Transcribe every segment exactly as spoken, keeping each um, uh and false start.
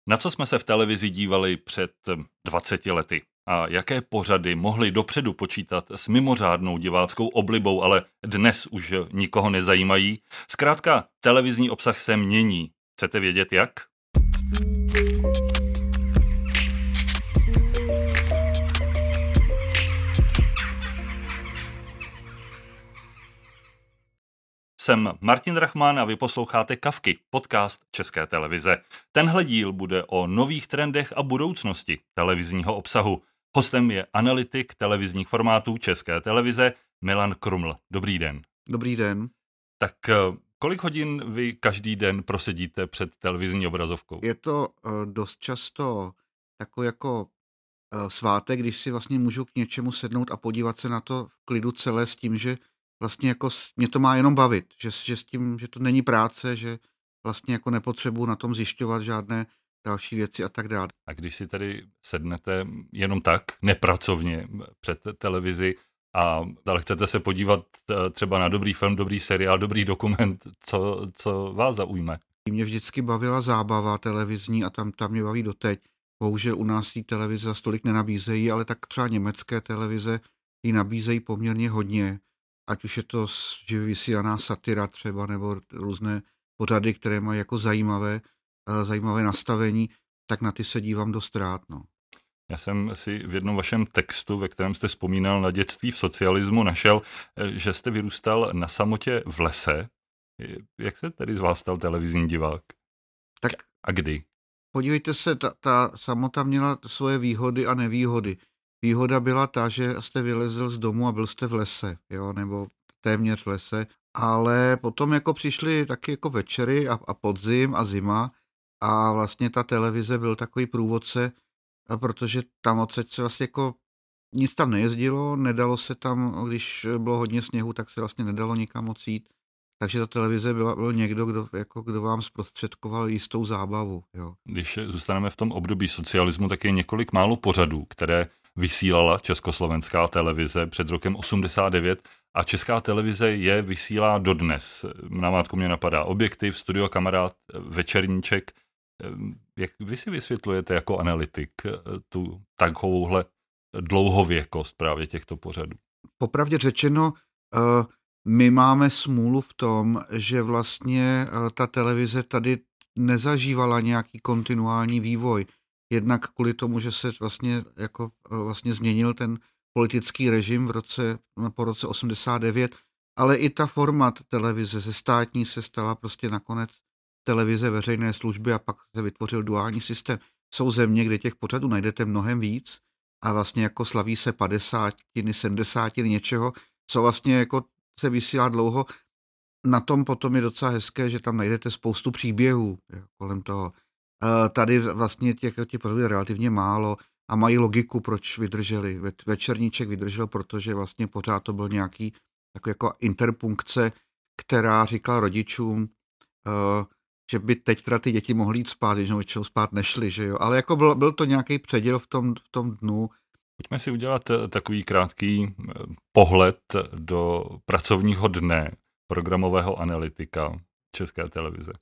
Na co jsme se v televizi dívali před dvaceti lety? A jaké pořady mohly dopředu počítat s mimořádnou diváckou oblibou, ale dnes už nikoho nezajímají? Zkrátka, televizní obsah se mění. Chcete vědět jak? Jsem Martin Rachman a vy posloucháte Kavky, podcast České televize. Tenhle díl bude o nových trendech a budoucnosti televizního obsahu. Hostem je analytik televizních formátů České televize Milan Kruml. Dobrý den. Dobrý den. Tak kolik hodin vy každý den prosedíte před televizní obrazovkou? Je to uh, dost často takový jako uh, svátek, když si vlastně můžu k něčemu sednout a podívat se na to v klidu celé s tím, že vlastně jako mě to má jenom bavit, že, že s tím, že to není práce, že vlastně jako nepotřebuji na tom zjišťovat žádné další věci a tak dále. A když si tady sednete jenom tak, nepracovně před televizi, a, ale chcete se podívat třeba na dobrý film, dobrý seriál, dobrý dokument, co, co vás zaujme? Mě vždycky bavila zábava televizní a tam, tam mě baví doteď. Bohužel u nás jí televize za stolik nenabízejí, ale tak třeba německé televize ji nabízejí poměrně hodně. Ať už je to živě vysílaná satira třeba, nebo různé pořady, které mají jako zajímavé, zajímavé nastavení, tak na ty se dívám dost rád. No. Já jsem si v jednom vašem textu, ve kterém jste vzpomínal na dětství v socialismu, našel, že jste vyrůstal na samotě v lese. Jak se tedy z vás stal televizní divák? Tak a kdy? Podívejte se, ta, ta samota měla svoje výhody a nevýhody. Výhoda byla ta, že jste vylezl z domu a byl jste v lese, jo, nebo téměř v lese, ale potom jako přišly taky jako večery a, a podzim a zima a vlastně ta televize byl takový průvodce, protože tam odsaď se vlastně jako nic tam nejezdilo, nedalo se tam, když bylo hodně sněhu, tak se vlastně nedalo nikam moc jít. Takže ta televize byla, byl někdo, kdo, jako, kdo vám zprostředkoval jistou zábavu. Jo. Když zůstaneme v tom období socialismu, tak je několik málo pořadů, které vysílala československá televize před rokem osmdesát devět a Česká televize je vysílá dodnes. Namátko mě napadá Objektiv, Studio Kamarád, Večerníček. Jak vy si vysvětlujete jako analytik tu takovouhle dlouhověkost právě těchto pořadů? Popravdě řečeno, my máme smůlu v tom, že vlastně ta televize tady nezažívala nějaký kontinuální vývoj. Jednak kvůli tomu, že se vlastně, jako vlastně změnil ten politický režim v roce, po roce osmdesát devět, ale i ta format televize ze státní se stala prostě nakonec televize veřejné služby a pak se vytvořil duální systém. Jsou země, kde těch pořadů najdete mnohem víc a vlastně jako slaví se padesátiny, sedmdesátiny něčeho, co vlastně jako se vysílá dlouho. Na tom potom je docela hezké, že tam najdete spoustu příběhů kolem toho. Tady vlastně těch, těch pořadů je relativně málo a mají logiku, proč vydrželi. Večerníček vydržel, protože vlastně pořád to byl nějaký takový jako interpunkce, která říkala rodičům, že by teď teda ty děti mohly jít spát, že většinou spát nešli, že jo. Ale jako byl, byl to nějaký předěl v tom, v tom dnu. Pojďme si udělat takový krátký pohled do pracovního dne programového analytika České televize.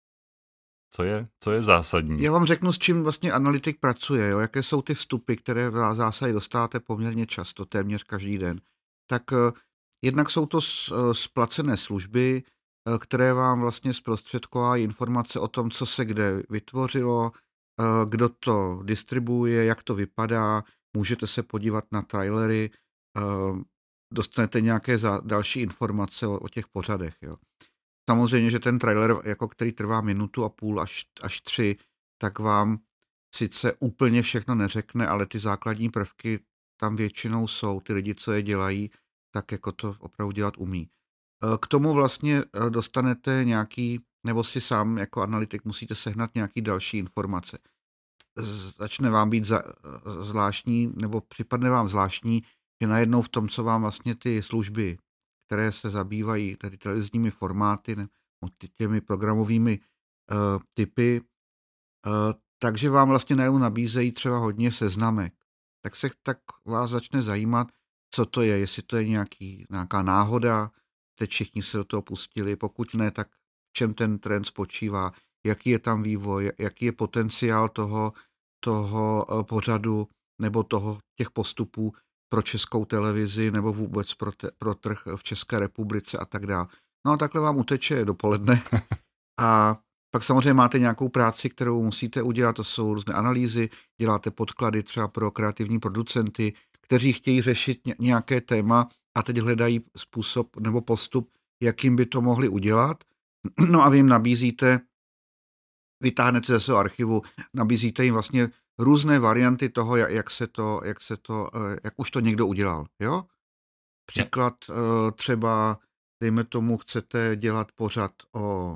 Co je, co je zásadní? Já vám řeknu, s čím vlastně analytik pracuje, jo? Jaké jsou ty vstupy, které v zásadě dostáváte poměrně často, téměř každý den. Tak jednak jsou to splacené služby, které vám vlastně zprostředkovají informace o tom, co se kde vytvořilo, kdo to distribuuje, jak to vypadá, můžete se podívat na trailery, dostanete nějaké další informace o, o těch pořadech. Jo. Samozřejmě, že ten trailer, jako který trvá minutu a půl až, až tři, tak vám sice úplně všechno neřekne, ale ty základní prvky tam většinou jsou. Ty lidi, co je dělají, tak jako to opravdu dělat umí. K tomu vlastně dostanete nějaký, nebo si sám jako analytik musíte sehnat nějaký další informace. Začne vám být za, zvláštní, nebo připadne vám zvláštní, že najednou v tom, co vám vlastně ty služby, které se zabývají tedy televizními formáty, nebo těmi programovými uh, typy, uh, takže vám vlastně najednou nabízejí třeba hodně seznamek. Tak se tak vás začne zajímat, co to je, jestli to je nějaký, nějaká náhoda, teď všichni se do toho pustili, pokud ne, tak v čem ten trend spočívá, jaký je tam vývoj, jaký je potenciál toho, toho pořadu nebo toho těch postupů pro Českou televizi nebo vůbec pro, te, pro trh v České republice a tak dále. No a takhle vám uteče dopoledne a pak samozřejmě máte nějakou práci, kterou musíte udělat, to jsou různé analýzy, děláte podklady třeba pro kreativní producenty, kteří chtějí řešit nějaké téma a teď hledají způsob nebo postup, jakým by to mohli udělat. No a vy jim nabízíte, vytáhnete ze svého archivu, nabízíte jim vlastně různé varianty toho, jak se to, jak se to, jak už to někdo udělal, jo? Příklad třeba, dejme tomu, chcete dělat pořad o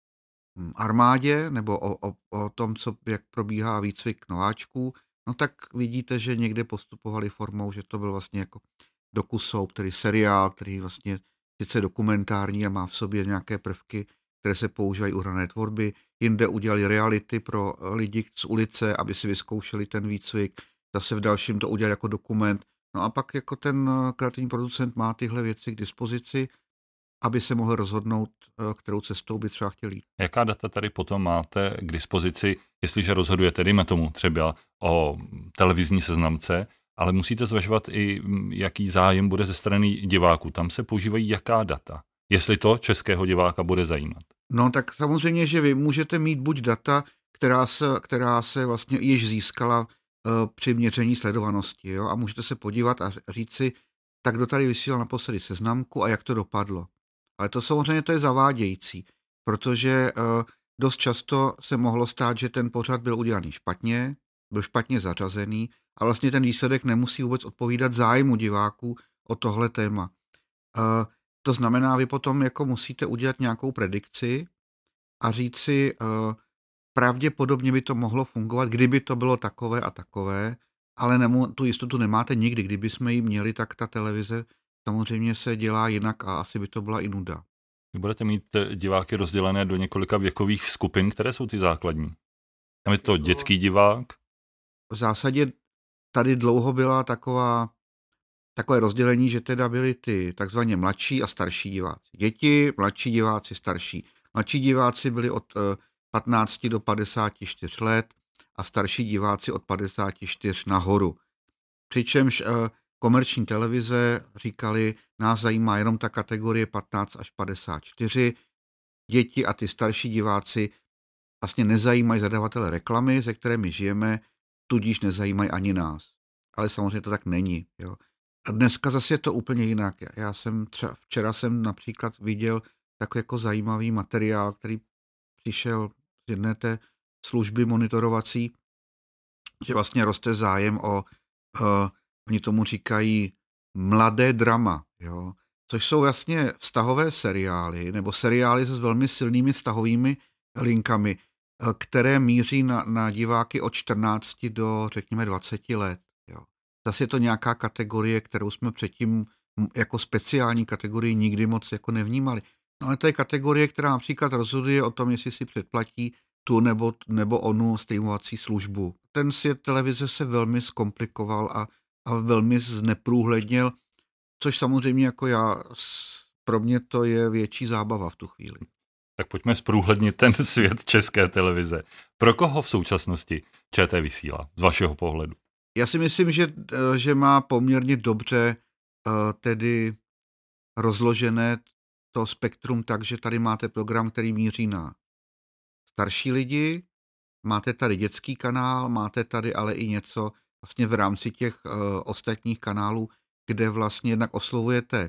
armádě nebo o, o, o tom, co, jak probíhá výcvik nováčků, no tak vidíte, že někde postupovali formou, že to byl vlastně jako dokusoup, tedy seriál, který vlastně sice dokumentární a má v sobě nějaké prvky, které se používají u hrané tvorby. Jinde udělali reality pro lidi z ulice, aby si vyzkoušeli ten výcvik. Zase v dalším to udělali jako dokument. No a pak jako ten kreativní producent má tyhle věci k dispozici, aby se mohl rozhodnout, kterou cestou by třeba chtěl jít. Jaká data tady potom máte k dispozici, jestliže rozhodujete, dejme tomu třeba o televizní seznamce, ale musíte zvažovat i, jaký zájem bude ze strany diváků. Tam se používají jaká data, jestli to českého diváka bude zajímat. No tak samozřejmě, že vy můžete mít buď data, která se, která se vlastně již získala uh, při měření sledovanosti, jo? A můžete se podívat a říct si, tak kdo tady vysílal naposledy seznamku a jak to dopadlo. Ale to samozřejmě to je zavádějící, protože uh, dost často se mohlo stát, že ten pořad byl udělaný špatně, byl špatně zařazený a vlastně ten výsledek nemusí vůbec odpovídat zájmu diváků o tohle téma. Uh, to znamená, vy potom jako musíte udělat nějakou predikci a říct si, uh, pravděpodobně by to mohlo fungovat, kdyby to bylo takové a takové, ale nemu, tu jistotu nemáte nikdy. Kdyby jsme ji měli, tak ta televize samozřejmě se dělá jinak a asi by to byla i nuda. Vy budete mít diváky rozdělené do několika věkových skupin, které jsou ty základní? Tam je to dětský divák? V zásadě tady dlouho byla taková, takové rozdělení, že teda byly ty takzvaně mladší a starší diváci. Děti, mladší diváci, starší. Mladší diváci byli od patnácti do padesáti čtyř let a starší diváci od padesáti čtyř nahoru. Přičemž komerční televize říkali, nás zajímá jenom ta kategorie patnáct až padesát čtyři. Děti a ty starší diváci vlastně nezajímají zadavatele reklamy, ze které my žijeme, tudíž nezajímají ani nás. Ale samozřejmě to tak není. Jo. A dneska zase je to úplně jinak. Já jsem třeba, včera jsem například viděl takový jako zajímavý materiál, který přišel z jedné té služby monitorovací, že vlastně roste zájem o, uh, oni tomu říkají mladé drama, jo, což jsou vlastně vztahové seriály, nebo seriály se s velmi silnými vztahovými linkami, které míří na, na diváky od čtrnácti do, řekněme, dvaceti let. Jo. Zase je to nějaká kategorie, kterou jsme předtím jako speciální kategorii nikdy moc jako nevnímali. No ale to je kategorie, která například rozhoduje o tom, jestli si předplatí tu nebo, nebo onu streamovací službu. Ten svět televize se velmi zkomplikoval a, a velmi zneprůhlednil, což samozřejmě jako já, pro mě to je větší zábava v tu chvíli. Tak pojďme zprůhlednit ten svět České televize. Pro koho v současnosti ČT vysílá, z vašeho pohledu? Já si myslím, že, že má poměrně dobře tedy rozložené to spektrum tak, že tady máte program, který míří na starší lidi, máte tady dětský kanál, máte tady ale i něco vlastně v rámci těch ostatních kanálů, kde vlastně jednak oslovujete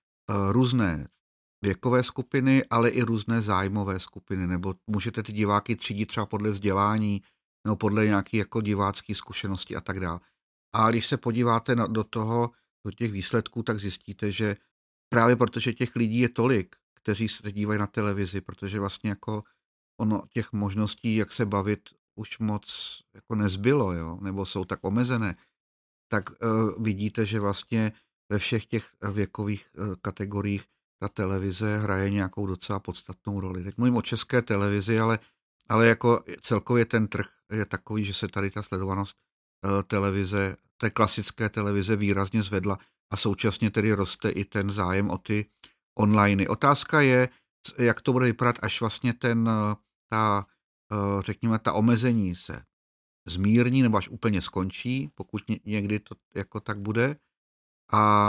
různé věkové skupiny, ale i různé zájmové skupiny, nebo můžete ty diváky třídit třeba podle vzdělání, nebo podle nějaké jako divácké zkušenosti a tak dále. A když se podíváte na, do toho, do těch výsledků, tak zjistíte, že právě protože těch lidí je tolik, kteří se dívají na televizi, protože vlastně jako ono těch možností, jak se bavit, už moc jako nezbylo, jo, nebo jsou tak omezené, tak uh, vidíte, že vlastně ve všech těch věkových uh, kategoriích ta televize hraje nějakou docela podstatnou roli. Teď mluvím o České televizi, ale, ale jako celkově ten trh je takový, že se tady ta sledovanost uh, televize, té klasické televize výrazně zvedla a současně tedy roste i ten zájem o ty online. Otázka je, jak to bude vypadat, až vlastně ten, ta řekněme, ta omezení se zmírní nebo až úplně skončí, pokud někdy to jako tak bude. A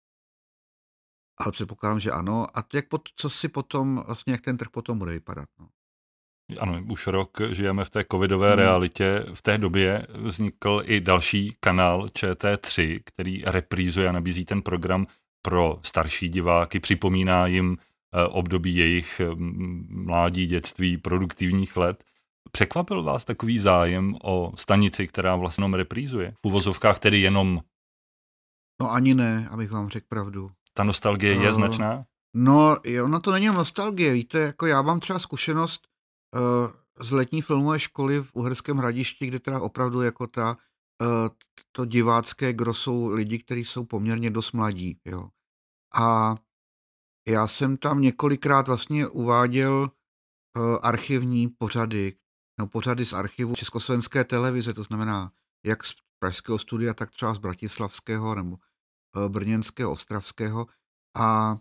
ale předpokládám, že ano. A jak pot, co si potom, vlastně jak ten trh potom bude vypadat? No. Ano, už rok žijeme v té covidové Hmm. realitě. V té době vznikl i další kanál Č T tři, který reprízuje a nabízí ten program pro starší diváky, připomíná jim období jejich mládí, dětství, produktivních let. Překvapil vás takový zájem o stanici, která vlastně jenom reprízuje? V uvozovkách tedy jenom? No ani ne, abych vám řekl pravdu. Ta nostalgie je uh, značná? No, ono to není nostalgie, víte, jako já mám třeba zkušenost uh, z letní filmové školy v Uherském Hradišti, kde teda opravdu jako ta, uh, to divácké gro jsou lidi, kteří jsou poměrně dost mladí, jo. A já jsem tam několikrát vlastně uváděl uh, archivní pořady, no, pořady z archivu Československé televize, to znamená jak z pražského studia, tak třeba z bratislavského nebo uh, brněnského, ostravského. A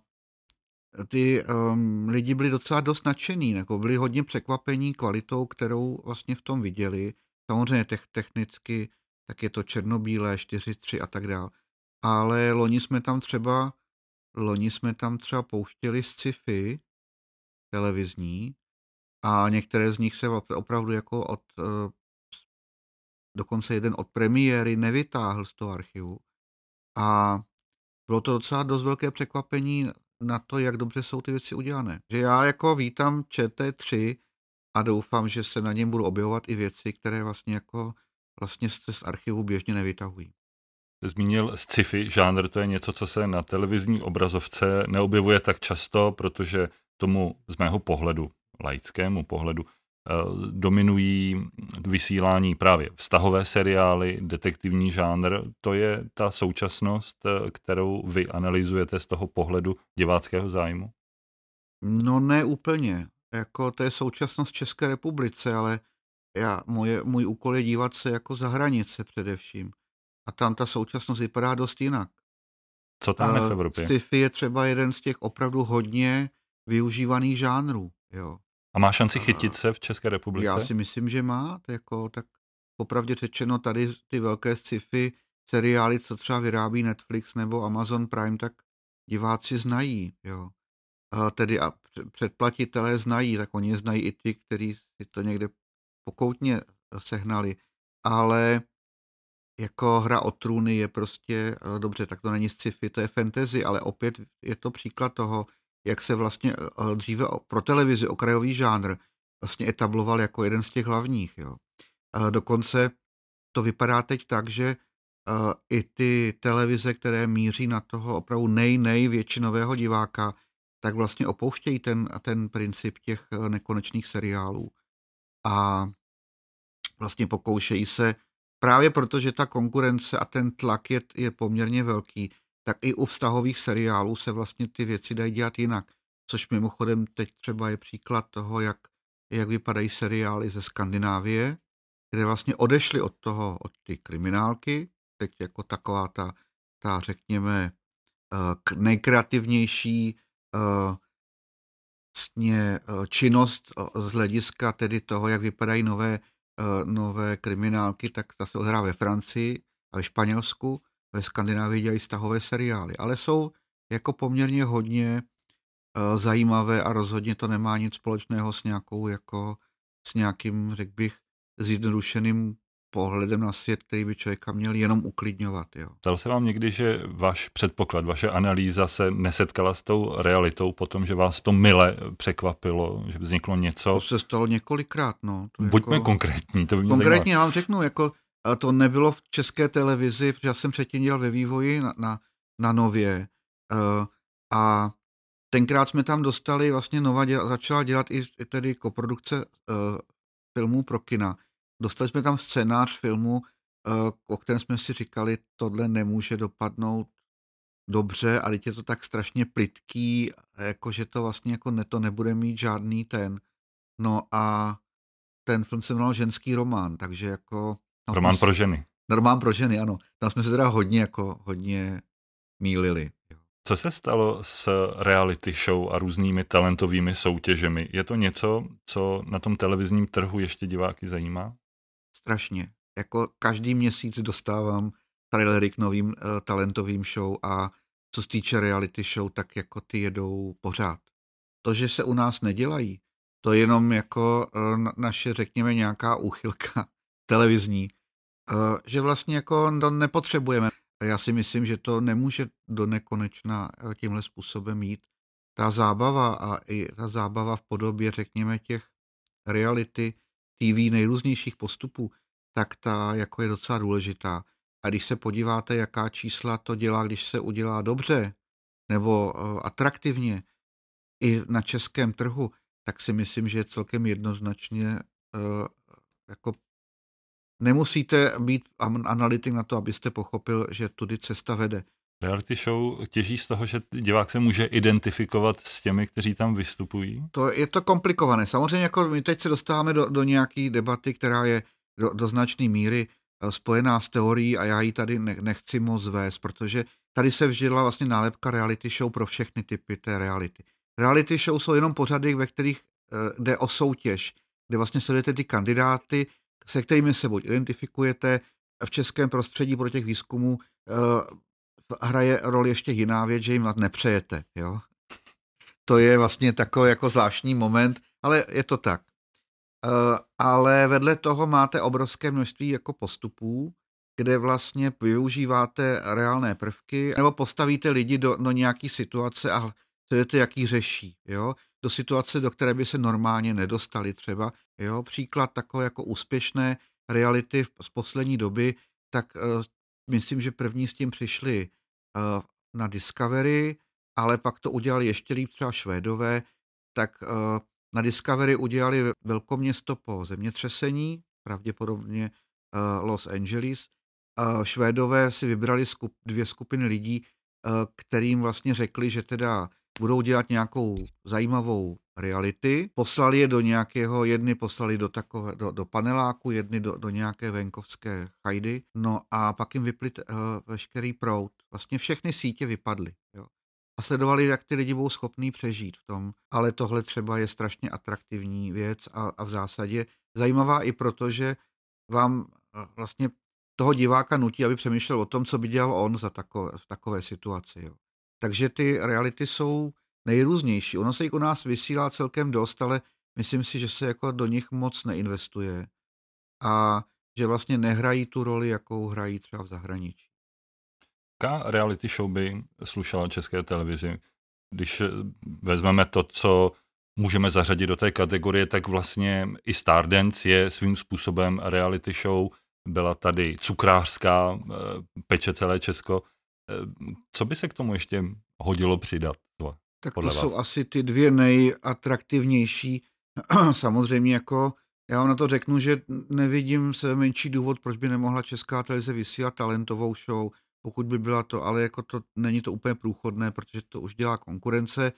ty um, lidi byli docela dost nadšený, jako byli hodně překvapení kvalitou, kterou vlastně v tom viděli. Samozřejmě te- technicky, tak je to černobílé, čtyři tři a tak dále. Ale loni jsme tam třeba loni jsme tam třeba pouštěli sci-fi televizní a některé z nich se opravdu jako od dokonce jeden od premiéry nevytáhl z toho archivu. A bylo to docela dost velké překvapení na to, jak dobře jsou ty věci udělané. Že já jako vítám Č T tři a doufám, že se na něm budou objevovat i věci, které vlastně jako vlastně se z archivu běžně nevytahují. Zmínil sci-fi žánr, to je něco, co se na televizní obrazovce neobjevuje tak často, protože tomu z mého pohledu, laickému pohledu, dominují vysílání právě vztahové seriály, detektivní žánr. To je ta současnost, kterou vy analyzujete z toho pohledu diváckého zájmu? No ne úplně. Jako to je současnost v České republice, ale já, moje, můj úkol je dívat se jako za hranice především. A tam ta současnost vypadá dost jinak. Co tam je v Evropě? Sci-fi je třeba jeden z těch opravdu hodně využívaných žánrů. Jo. A má šanci chytit se v České republice? Já si myslím, že má. Jako, tak popravdě řečeno, tady ty velké sci-fi seriály, co třeba vyrábí Netflix nebo Amazon Prime, tak diváci znají. Jo. A tedy a předplatitelé znají, tak oni znají i ty, kteří si to někde pokoutně sehnali. Ale jako Hra o trůny je prostě, dobře, tak to není sci-fi, to je fantasy, ale opět je to příklad toho, jak se vlastně dříve pro televizi okrajový žánr vlastně etabloval jako jeden z těch hlavních. Jo. Dokonce to vypadá teď tak, že i ty televize, které míří na toho opravdu nej, nej většinového diváka, tak vlastně opouštějí ten, ten princip těch nekonečných seriálů. A vlastně pokoušejí se, právě protože ta konkurence a ten tlak je, je poměrně velký, tak i u vztahových seriálů se vlastně ty věci dají dělat jinak. Což mimochodem teď třeba je příklad toho, jak, jak vypadají seriály ze Skandinávie, kde vlastně odešli od toho, od ty kriminálky, teď jako taková ta, ta řekněme, nejkreativnější vlastně činnost z hlediska tedy toho, jak vypadají nové, nové kriminálky, tak ta se odehrává ve Francii a ve Španělsku, ve Skandinávii dělají vztahové seriály, ale jsou jako poměrně hodně zajímavé a rozhodně to nemá nic společného s nějakou jako s nějakým, řekl bych, zjednodušeným pohledem na svět, který by člověka měl jenom uklidňovat. Jo. Stalo se vám někdy, že váš předpoklad, vaše analýza se nesetkala s tou realitou, potom, že vás to mile překvapilo, že vzniklo něco? To se stalo několikrát. No. To Buďme jako... konkrétní, to by mě Konkrétně zajímalo. já vám řeknu, jako to nebylo v České televizi, protože já jsem předtím dělal ve vývoji na, na, na Nově uh, a tenkrát jsme tam dostali, vlastně Nova děla, začala dělat i tedy koprodukce uh, filmů pro kina. Dostali jsme tam scénář filmu, uh, o kterém jsme si říkali, tohle nemůže dopadnout dobře a teď je to tak strašně plytký, jako že to vlastně jako ne, to nebude mít žádný ten. No a ten film se jmenoval Ženský román, takže jako... Román pro ženy. Román pro ženy, ano. Tam jsme se teda hodně jako hodně mýlili. Jo. Co se stalo s reality show a různými talentovými soutěžemi? Je to něco, co na tom televizním trhu ještě diváky zajímá? Strašně. Jako každý měsíc dostávám trailery k novým uh, talentovým show a co se týče reality show, tak jako ty jedou pořád. To, že se u nás nedělají, to je jenom jako uh, naše, řekněme, nějaká úchylka televizní, uh, že vlastně jako to nepotřebujeme. Já si myslím, že to nemůže do nekonečna tímhle způsobem jít. Ta zábava a i ta zábava v podobě, řekněme, těch reality T V nejrůznějších postupů, tak ta jako je docela důležitá. A když se podíváte, jaká čísla to dělá, když se udělá dobře nebo uh, atraktivně i na českém trhu, tak si myslím, že je celkem jednoznačně uh, jako nemusíte být analytik na to, abyste pochopil, že tudy cesta vede. Reality show těží z toho, že divák se může identifikovat s těmi, kteří tam vystupují? To je to komplikované. Samozřejmě jako my teď se dostáváme do, do nějaké debaty, která je do, do značné míry spojená s teorií a já ji tady ne, nechci moc vést, protože tady se vžila vlastně nálepka reality show pro všechny typy té reality. Reality show jsou jenom pořady, ve kterých uh, jde o soutěž, kde vlastně sledujete ty kandidáty, se kterými se buď identifikujete. V českém prostředí pro těch výzkumů uh, hraje roli ještě jiná věc, že jim nepřejete. Jo? To je vlastně takový jako zvláštní moment, ale je to tak. Uh, ale vedle toho máte obrovské množství jako postupů, kde vlastně využíváte reálné prvky nebo postavíte lidi do, do nějaký situace a sledujete, jak ji řeší. Jo? Do situace, do které by se normálně nedostali třeba. Jo? Příklad takové jako úspěšné reality z poslední doby, tak uh, myslím, že první s tím přišli uh, na Discovery, ale pak to udělali ještě líp třeba Švédové, tak uh, na Discovery udělali velkoměsto po zemětřesení, pravděpodobně uh, Los Angeles. Uh, Švédové si vybrali skup, dvě skupiny lidí, uh, kterým vlastně řekli, že teda budou dělat nějakou zajímavou reality. Poslali je do nějakého, jedny poslali do, takové, do, do paneláku, jedny do, do nějaké venkovské chajdy. No a pak jim vypli uh, veškerý proud. Vlastně všechny sítě vypadly. Jo. A sledovali, jak ty lidi budou schopní přežít v tom. Ale tohle třeba je strašně atraktivní věc a, a v zásadě zajímavá i proto, že vám uh, vlastně toho diváka nutí, aby přemýšlel o tom, co by dělal on za takové, v takové situaci. Jo. Takže ty reality jsou nejrůznější. Ono se jich u nás vysílá celkem dost, ale myslím si, že se jako do nich moc neinvestuje a že vlastně nehrají tu roli, jakou hrají třeba v zahraničí. Jaká reality show by slušela České televizi? Když vezmeme to, co můžeme zařadit do té kategorie, tak vlastně i Stardance je svým způsobem reality show. Byla tady cukrářská, peče celé Česko. Co by se k tomu ještě hodilo přidat? Tak to vás? Jsou asi ty dvě nejatraktivnější. Samozřejmě jako já vám na to řeknu, že nevidím se menší důvod, proč by nemohla Česká televize vysílat talentovou show, pokud by byla to, ale jako to není to úplně průchodné, protože to už dělá konkurence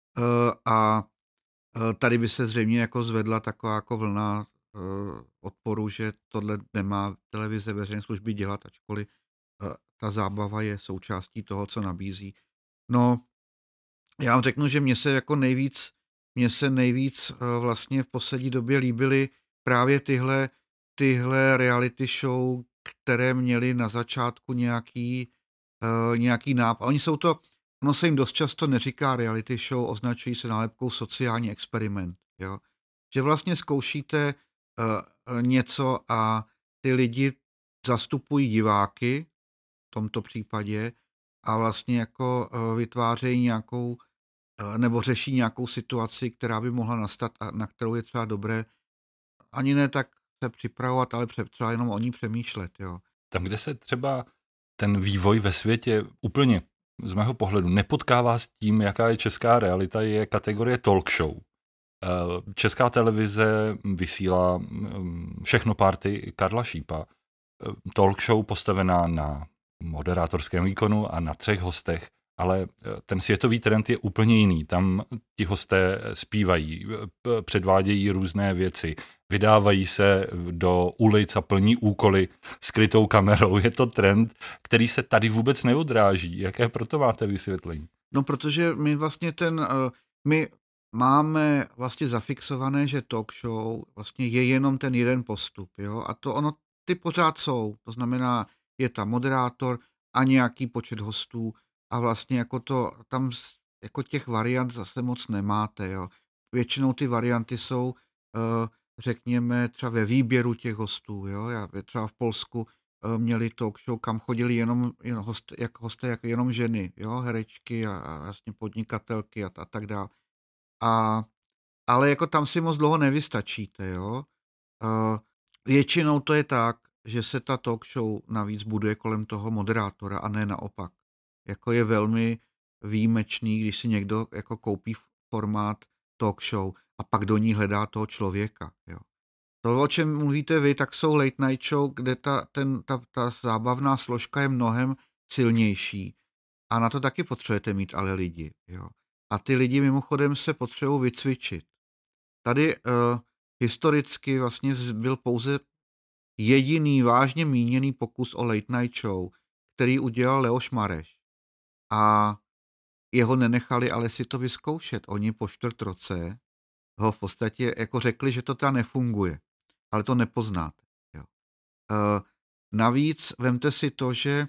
a tady by se zřejmě jako zvedla taková jako vlna odporu, že tohle nemá televize veřejné služby dělat, ačkoliv ta zábava je součástí toho, co nabízí. No, já vám řeknu, že mně se jako nejvíc, mně se nejvíc vlastně v poslední době líbily právě tyhle, tyhle reality show, které měly na začátku nějaký, uh, nějaký nápad. Oni jsou to, ono se jim dost často neříká reality show, označují se nálepkou sociální experiment. Jo? Že vlastně zkoušíte uh, něco a ty lidi zastupují diváky v tomto případě a vlastně jako uh, vytvářejí nějakou nebo řeší nějakou situaci, která by mohla nastat a na kterou je třeba dobré ani ne tak se připravovat, ale třeba jenom o ní přemýšlet. Jo. Tam, kde se třeba ten vývoj ve světě úplně z mého pohledu nepotkává s tím, jaká je česká realita, je kategorie talk show. Česká televize vysílá Všechno party Karla Šípa. Talk show postavená na moderátorském výkonu a na třech hostech. Ale ten světový trend je úplně jiný. Tam ti hosté zpívají, předvádějí různé věci, vydávají se do ulic a plní úkoly skrytou kamerou. Je to trend, který se tady vůbec neodráží. Jaké proto máte vysvětlení? No, protože my vlastně ten, eh, my máme vlastně zafixované, že talk show vlastně je jenom ten jeden postup, jo, a to ono, ty pořád jsou, to znamená, je tam moderátor a nějaký počet hostů a vlastně jako to, tam s jako těch variant zase moc nemáte, jo. Většinou ty varianty jsou, eh, řekněme, třeba ve výběru těch hostů, jo. Já třeba v Polsku eh, měli talk show, kam chodili jenom, jenom host, jak hosté, jak jenom ženy, jo, herečky a, a vlastně podnikatelky a, a tak dále. A, ale jako tam si moc dlouho nevystačíte, jo. Uh, většinou to je tak, že se ta talk show navíc buduje kolem toho moderátora a ne naopak. Jako je velmi výjimečný, když si někdo jako koupí formát talk show a pak do ní hledá toho člověka, jo. To, o čem mluvíte vy, tak jsou late night show, kde ta, ten, ta, ta zábavná složka je mnohem silnější. A na to taky potřebujete mít ale lidi. Jo. A ty lidi mimochodem se potřebují vycvičit. Tady uh, historicky vlastně byl pouze jediný vážně míněný pokus o late night show, který udělal Leoš Mareš. A jeho nenechali ale si to vyzkoušet. Oni po čtvrt roce ho v podstatě jako řekli, že to ta nefunguje. Ale to nepoznáte. Jo. Uh, navíc vemte si to, že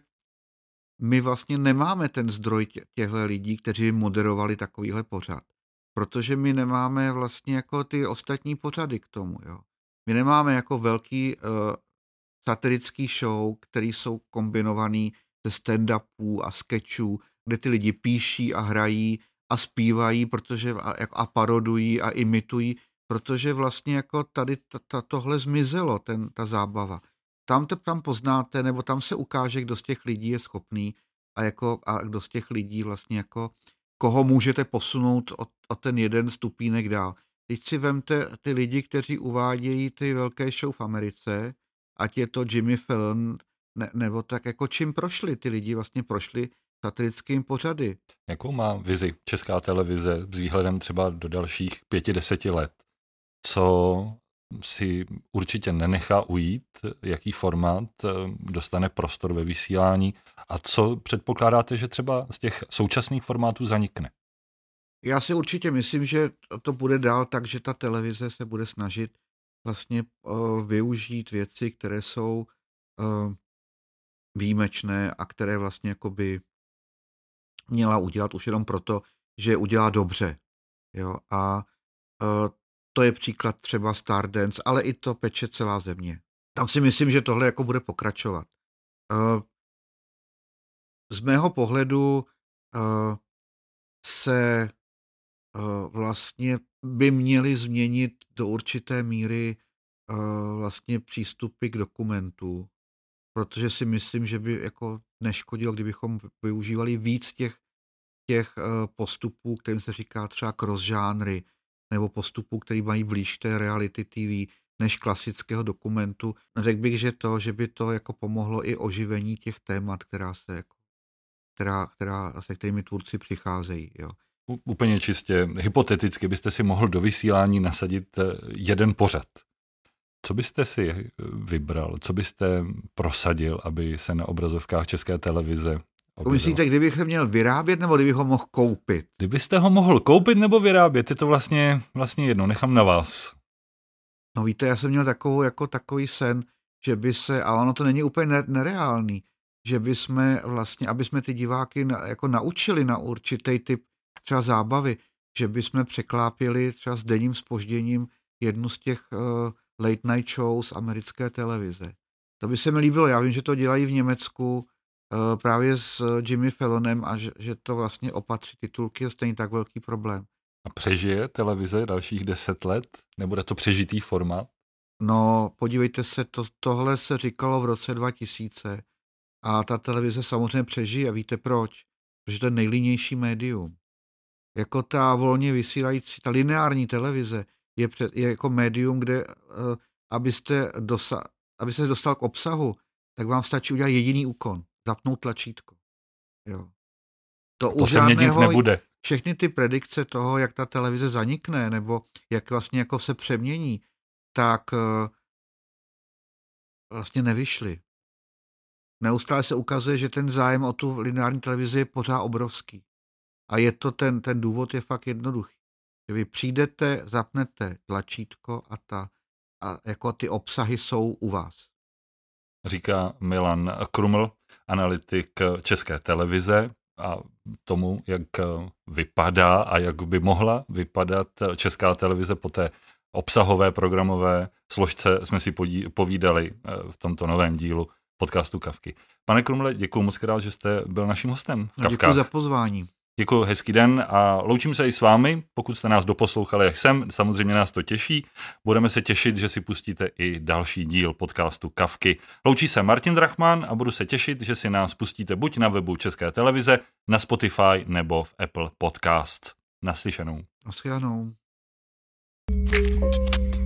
my vlastně nemáme ten zdroj tě, těchto lidí, kteří by moderovali takovýhle pořad. Protože my nemáme vlastně jako ty ostatní pořady k tomu. Jo. My nemáme jako velký uh, satirický show, který jsou kombinovaný ze stand-upů a sketchů, kde ty lidi píší a hrají a zpívají, protože a, a parodují a imitují, protože vlastně jako tady ta, ta, tohle zmizelo, ten, ta zábava. Tam to tam poznáte, nebo tam se ukáže, kdo z těch lidí je schopný a, jako, a kdo z těch lidí vlastně jako, koho můžete posunout o, o ten jeden stupínek dál. Teď si vemte ty lidi, kteří uvádějí ty velké show v Americe, ať je to Jimmy Fallon, ne, nebo tak jako čím prošli ty lidi, vlastně prošli satirickým pořady. Jakou má vizi Česká televize s výhledem třeba do dalších pěti, deseti let? Co si určitě nenechá ujít, jaký formát dostane prostor ve vysílání a co předpokládáte, že třeba z těch současných formátů zanikne? Já si určitě myslím, že to bude dál tak, že ta televize se bude snažit vlastně uh, využít věci, které jsou uh, výjimečné a které vlastně jakoby měla udělat už jenom proto, že je udělá dobře. Jo? A uh, to je příklad třeba Stardance, ale i to peče celá země. Tam si myslím, že tohle jako bude pokračovat. Uh, z mého pohledu uh, se uh, vlastně by měly změnit do určité míry uh, vlastně přístupy k dokumentu, protože si myslím, že by jako neškodilo, kdybychom využívali víc těch, těch uh, postupů, kterým se říká třeba cross žánry, nebo postupů, který mají blíž té reality T V, než klasického dokumentu. Řekl bych, že to, že by to jako pomohlo i oživení těch témat, která se jako, která, která, se kterými tvůrci přicházejí. Jo. Úplně čistě hypoteticky byste si mohl do vysílání nasadit jeden pořad. Co byste si vybral? Co byste prosadil, aby se na obrazovkách České televize objevil? Myslíte, kdybych ho měl vyrábět, nebo kdybych ho mohl koupit? Kdybyste ho mohl koupit nebo vyrábět, je to vlastně, vlastně jedno, nechám na vás. No víte, já jsem měl takovou, jako takový sen, že by se, a ono to není úplně nereálný, že by jsme vlastně, aby jsme ty diváky na, jako naučili na určitý typ třeba zábavy, že by jsme překlápili třeba s denním zpožděním jednu z těch uh, late night shows americké televize. To by se mi líbilo. Já vím, že to dělají v Německu uh, právě s Jimmy Fallonem a že, že to vlastně opatří titulky je stejně tak velký problém. A přežije televize dalších deset let? Nebude to přežitý formát? No, podívejte se, to, tohle se říkalo v roce dva tisíce a ta televize samozřejmě přežije. Víte proč? Protože to je nejlínější médium. Jako ta volně vysílající, ta lineární televize je, před, je jako médium, kde uh, abyste, dosa, abyste se dostal k obsahu, tak vám stačí udělat jediný úkon. Zapnout tlačítko. Jo. To, to se měnit nebude. Všechny ty predikce toho, jak ta televize zanikne, nebo jak vlastně jako se přemění, tak uh, vlastně nevyšly. Neustále se ukazuje, že ten zájem o tu lineární televizi je pořád obrovský. A je to ten, ten důvod je fakt jednoduchý. Že vy přijdete, zapnete tlačítko a, ta, a jako ty obsahy jsou u vás. Říká Milan Kruml, analytik České televize, a tomu, jak vypadá a jak by mohla vypadat Česká televize po té obsahové programové složce jsme si povídali v tomto novém dílu podcastu Kafky. Pane Krumle, děkuji moc krát, že jste byl naším hostem v Kafkách. Děkuji za pozvání. Děkuji, hezký den a loučím se i s vámi, pokud jste nás doposlouchali, jak jsem, samozřejmě nás to těší. Budeme se těšit, že si pustíte i další díl podcastu Kafky. Loučí se Martin Drachman a budu se těšit, že si nás pustíte buď na webu České televize, na Spotify nebo v Apple Podcast. Naslyšenou. Naslyšenou.